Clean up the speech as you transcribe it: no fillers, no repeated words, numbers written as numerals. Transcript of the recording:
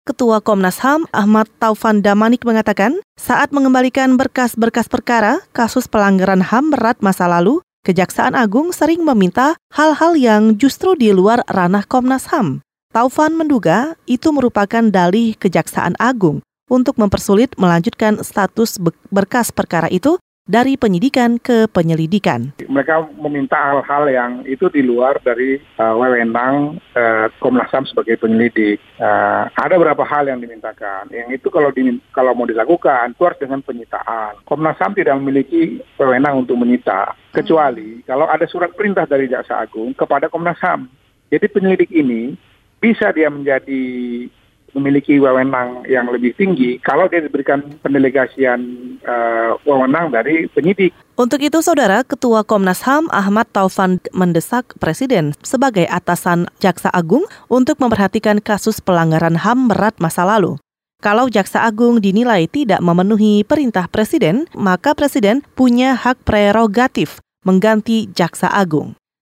Ketua Komnas HAM Ahmad Taufan Damanik mengatakan, saat mengembalikan berkas-berkas perkara kasus pelanggaran HAM berat masa lalu, Kejaksaan Agung sering meminta hal-hal yang justru di luar ranah Komnas HAM. Taufan menduga itu merupakan dalih Kejaksaan Agung untuk mempersulit melanjutkan status berkas perkara itu dari penyidikan ke penyelidikan. Mereka meminta hal-hal yang itu di luar dari wewenang Komnas HAM sebagai penyelidik. Ada beberapa hal yang dimintakan. Yang itu kalau mau dilakukan, itu harus dengan penyitaan. Komnas HAM tidak memiliki wewenang untuk menyita, kecuali kalau ada surat perintah dari Jaksa Agung kepada Komnas HAM. Jadi penyelidik ini bisa dia memiliki wewenang yang lebih tinggi kalau dia diberikan pendelegasian wewenang dari penyidik. Untuk itu, Saudara, Ketua Komnas HAM Ahmad Taufan mendesak Presiden sebagai atasan Jaksa Agung untuk memperhatikan kasus pelanggaran HAM berat masa lalu. Kalau Jaksa Agung dinilai tidak memenuhi perintah Presiden, maka Presiden punya hak prerogatif mengganti Jaksa Agung.